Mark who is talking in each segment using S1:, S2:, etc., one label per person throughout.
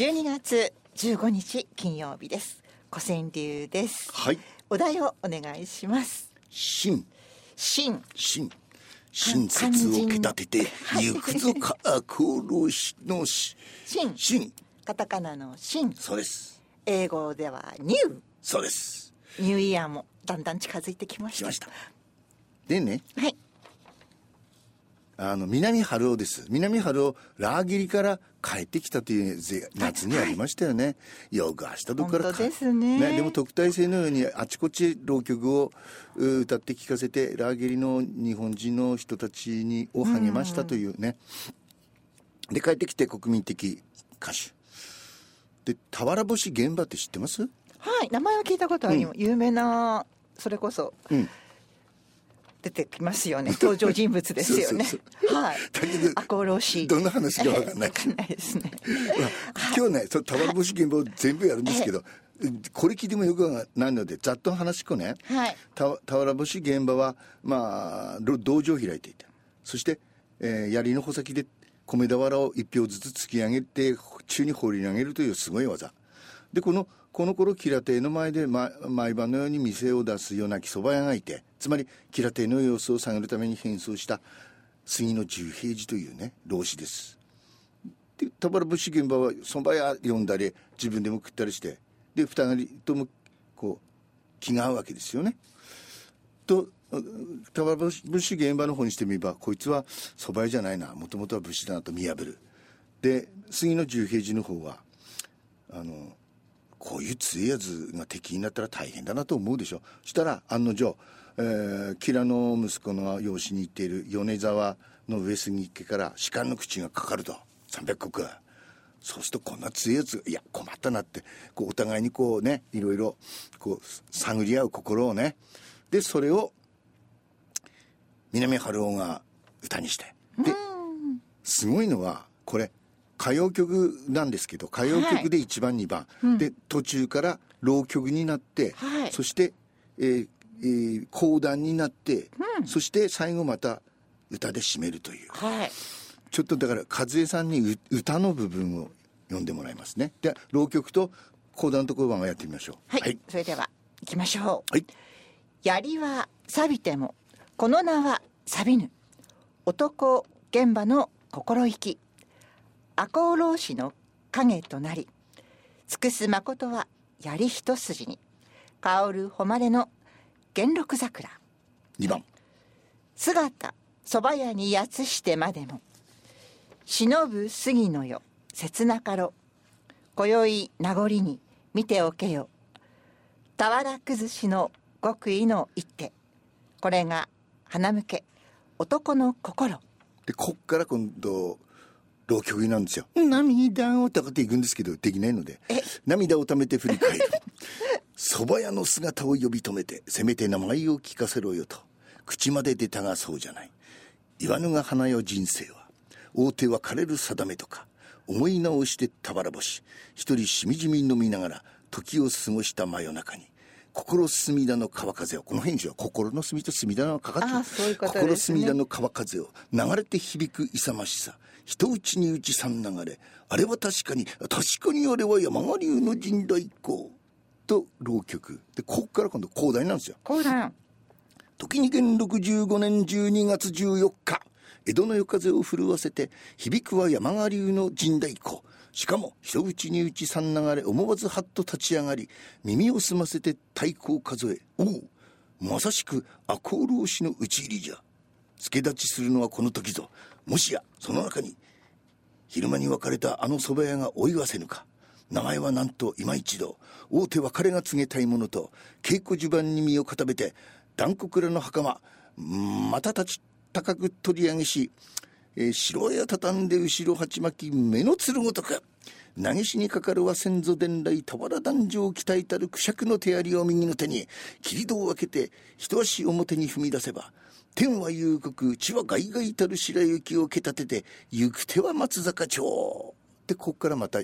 S1: 12月15日金曜日です。古川流です。
S2: はい。
S1: お題をお願いします。
S2: 親切をけたててゆくぞか殺しの親。
S1: カタカナの親。
S2: そうです。
S1: 英語ではニュー。
S2: そうです。
S1: ニューイヤーもだんだん近づいてきました。
S2: でね、
S1: はい。
S2: 南春夫です。南春夫ラーギリから帰ってきたという夏にありましたよね、はい、よく明日どこから
S1: 本当ですね。
S2: でも特待生のようにあちこち浪曲を歌って聴かせてラーギリの日本人の人たちを励ましたというね、で帰ってきて国民的歌手で俵星現場って知ってます？
S1: はい、名前は聞いたことあります、有名なそれこそ、出てきますよね。登場人物ですよね。はい。だけど赤穂浪士。
S2: どんな話か分かんない。
S1: 分かんないですね。
S2: 今日ね、俵星現場を全部やるんですけど、これ聞いてもよくないのでざっと話しっこね。
S1: はい。
S2: 俵星現場は道場を開いていた。そして、槍の穂先で米俵を一票ずつ突き上げて宙に放り投げるというすごい技。でこの頃吉良邸の前で、毎晩のように店を出すような木そば屋がいて、つまり吉良邸の様子を探るために変装した杉野十平次というね浪士です。で俵星現場はそば屋呼んだり自分でも食ったりして、で二人ともこう気が合うわけですよね。と俵星現場の方にしてみれば、こいつはそば屋じゃないな、もともとは武士だなと見破る。で杉野十平次の方はこういう強いやつが敵になったら大変だなと思うでしょ。したら案の定、吉良の息子の養子に行っている米沢の上杉家から士官の口がかかると300石。そうするとこんな強いやつ、いや困ったなってこうお互いにこうねいろいろこう探り合う心をね。でそれを南春夫が歌にして、ですごいのはこれ歌謡曲なんですけど、歌謡曲で1番、2番、で途中から浪曲になって、そして、講談になって、そして最後また歌で締めるという、ちょっとだから和江さんに歌の部分を読んでもらいますね。で浪曲と講談と講談をやってみましょう。
S1: はい、それでは行きましょう。
S2: はい。
S1: 槍は錆びてもこの名は錆びぬ、男現場の心意気、赤穂浪士の影となり、尽くす誠は槍一筋に、香る誉れの元禄桜。
S2: 2番。
S1: 姿そば屋にやつしてまでも、忍ぶ杉のよ切なかろ、今宵名残に見ておけよ、俵崩しの極意の一手、これが花向け男の心。
S2: でこっから今度浪曲なんですよ。涙をたかっていくんですけどできないので、涙をためて振り返る蕎麦屋の姿を呼び止めて、せめて名前を聞かせろよと口まで出たがそうじゃない。言わぬが花よ人生は、大手は枯れる定めとか思い直して俵星一人しみじみ飲みながら時を過ごした真夜中に、心隅田の川風を、この辺じゃ心の隅と隅田のかかってる、心隅田の川風を流れて響く勇ましさ、人打ちに打ち三流れ、あれは確かにあれは山賀流の陣太鼓と浪曲で、ここから今度講談なんですよ。
S1: 講談。
S2: 時に元禄15年12月14日、江戸の夜風を震わせて響くは山賀流の陣太鼓、しかも人打ちに打ち三流れ、思わずハッと立ち上がり耳を澄ませて太鼓を数え、おおまさしく赤穂浪士の討ち入りじゃ。助立ちするのはこの時ぞ。もしやその中に昼間に別れたあの蕎麦屋が追いわせぬか。名前はなんと今一度、大手は彼が告げたいものと稽古襦袢に身を固めて、断国らの袴また高く取り上げし、白屋畳んで後ろ鉢巻き目のつるごとく、投げしにかかるは先祖伝来俵壇上を鍛えたるくしゃくの手槍を右の手に、切り戸を開けて一足表に踏み出せば、天は夕刻、地は外々たる白雪をけたてて、行く手は松坂町で、ここからまた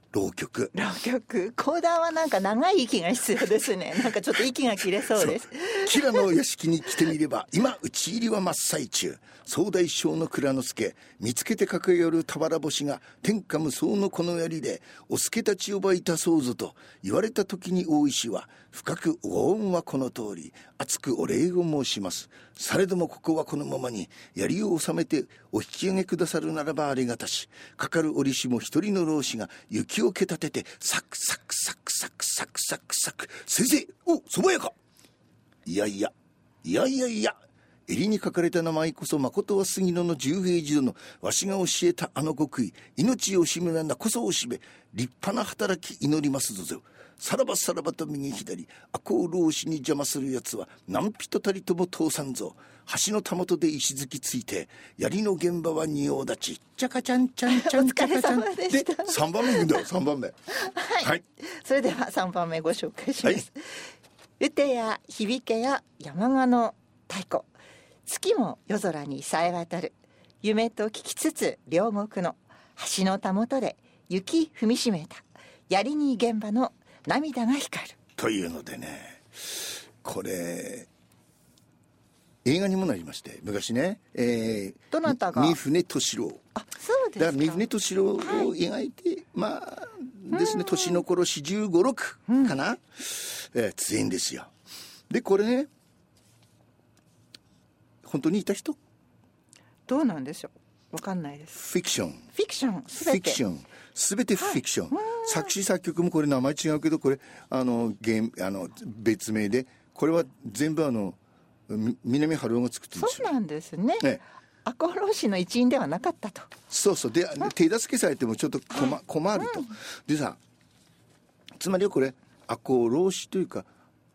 S2: 浪曲。
S1: 講談はなんか長い息が必要ですね。なんかちょっと息が切れそうです。
S2: 吉良の屋敷に来てみれば、今討ち入りは真っ最中。総大将の蔵之助、見つけて駆け寄る俵星が、天下無双のこの槍でお助たちをばいたそうぞと言われた時に大石は、深くご恩はこの通り厚くお礼を申します。されどもここはこのままに槍を収めてお引き上げくださるならばありがたし、かかる折しも一人の老子が雪をけたててサクサクサクサクサクサクサク、先生、おそばやか。いや襟に書かれた名前こそ誠は杉野の十平次殿、わしが教えたあの極意、命を惜しむなこそ惜しめ、立派な働き祈りますぞ。さらばさらばと右左、赤穂浪士に邪魔するやつは何人たりとも通さんぞ。橋のたもとで石突きついて、槍の現場は仁王立ち、チャカチャンチャンチャンチャカチャンで3番目いくんだよ。3番目
S1: はい、それでは3番目ご紹介します。うてや響けや山鹿の太鼓、月も夜空にさえ渡る、夢と聞きつつ両国の橋のたもとで雪踏みしめた、槍に現場の涙が光る
S2: というのでね、これ映画にもなりまして、昔ね、
S1: どなたが？
S2: 三船敏郎。
S1: あ、そうですか。
S2: だから三船敏郎を描いて、まあですね、年の頃45、6かな、強いんですよ。でこれね、本当にいた人
S1: どうなんでしょう、わかんないです。
S2: フィクションすべてフィクション、作詞作曲もこれ名前違うけど、これ別名で、これは全部南春夫が作ってるんですよ。
S1: そうなんですね。赤穂浪士の一員ではなかったと。
S2: そうで、手助けされてもちょっと困ると、でさ、つまりはこれ赤穂浪士というか、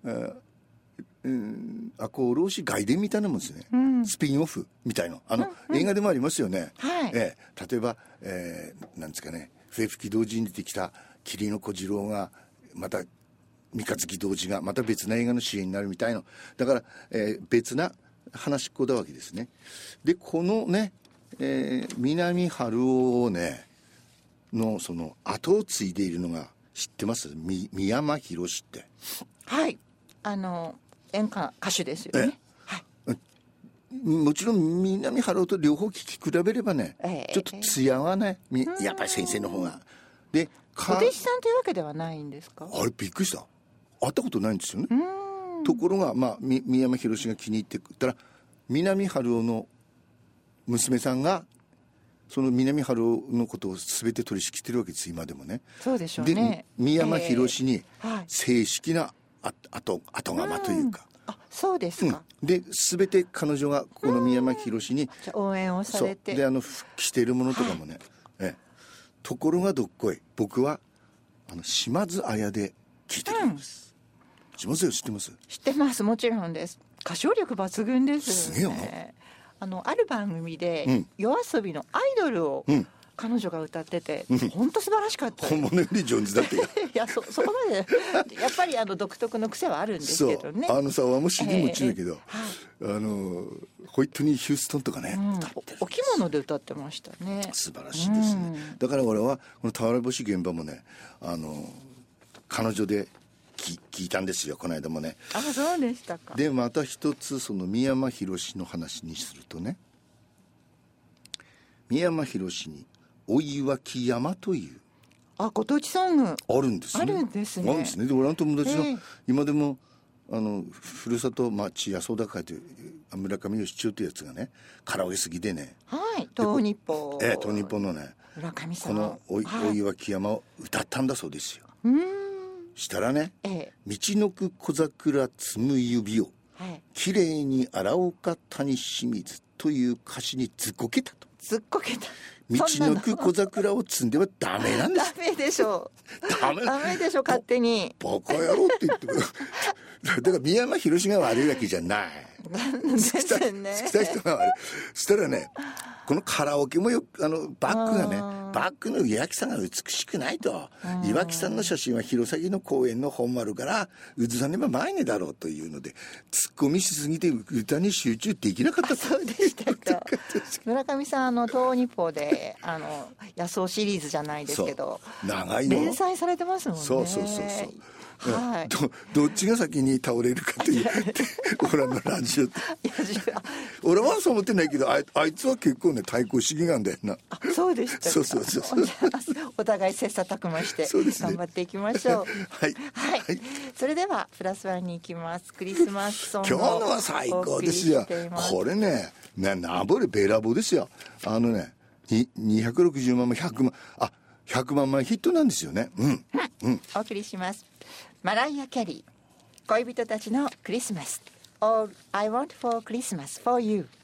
S2: 赤穂浪士外伝みたいなもんですね、スピンオフみたいな映画でもありますよね。例えば、なんですかね、笛吹き同時に出てきた桐野小次郎がまた三日月同時がまた別な映画の主演になるみたいな、だから、別な話っ子だわけですね。でこのね、南春夫をねのその後を継いでいるのが知ってます？三山ひろしって。
S1: はい、演歌歌手ですよね。
S2: もちろん南春夫と両方聞き比べればね、ちょっと艶はね、やっぱり先生の方が。で
S1: お弟子さんというわけではないんですか？
S2: あれびっくりした、会ったことないんですよね。ところが、三山ひろしが気に入ってくったら、南春夫の娘さんがその南春夫のことを全て取り仕切ってるわけです、今でもね。
S1: そうでしょうね。
S2: で三山ひろしに正式な後釜というか、
S1: あ、そうですか。
S2: で全て彼女がこの三山ひろしに
S1: 応援をされて、
S2: で復帰しているものとかもね、ところがどっこい、僕は島津綾で聞いてるんです。島津綾知ってます？
S1: 知ってます、もちろんです。歌唱力抜群ですよね。
S2: すげえよな。
S1: ある番組で、夜遊びのアイドルを彼女が歌ってて、本当素晴らしかった。
S2: 本物より上手だって
S1: いや、そこまでやっぱり独特の癖はあるんですけどね。
S2: さはもしにもちだけど、ホイットニー・ヒューストンとかね、
S1: お着物で歌ってましたね。
S2: 素晴らしいですね。だから俺はこの俵星現場もね、彼女で聞いたんですよ、この間もね。
S1: あ、そうでしたか。
S2: でまた一つ、その三山ひろしの話にするとね、三山ひろしに追分山という
S1: ご当地ソング
S2: あるんですね。
S1: あるんですね。
S2: で俺の友達の、今でもふるさと町八田会という村上義千代というやつがね、カラオケ好きでね、
S1: 東日本
S2: 東日本のね、
S1: 村上さん
S2: この追分山を歌ったんだそうですよ。したらね、道のく小桜摘む指を、きれいに洗おうか谷清水という歌詞にずっこけたと。
S1: ずっこけた。
S2: 道のく小桜を摘んではダメなんです。
S1: ダメでしょう。ダメでしょ、勝手に。
S2: バカ野郎って言ってくる。だから三山ひろしが悪いわけじゃない。
S1: ですね。
S2: 好きた人が悪い。そしたらね、このカラオケもバッグがね、バッグの岩木さんが美しくないと。岩木さんの写真は弘前の公園の本丸からうずさねば前にだろうというので、ツッコミしすぎて歌に集中できなかった。
S1: そうでしたか。村上さん東日報でで野草シリーズじゃないですけど
S2: 長いの
S1: 連載されてますもんね。
S2: そう、
S1: はい、
S2: どっちが先に倒れるかという俺のラジオって俺はそう思ってないけど、あいつは結構ね対抗主義なんだよな。
S1: そうでしたか。
S2: そう
S1: お互い切磋琢磨して頑張っていきましょう。はい、それではプラスワンに行きます。クリスマスソング
S2: 今日のは最高ですよ。これねナボレベラボですよ。260万枚100万枚ヒットなんですよね。
S1: お送りします。マライア・キャリー、恋人たちのクリスマス。All I want for Christmas for you。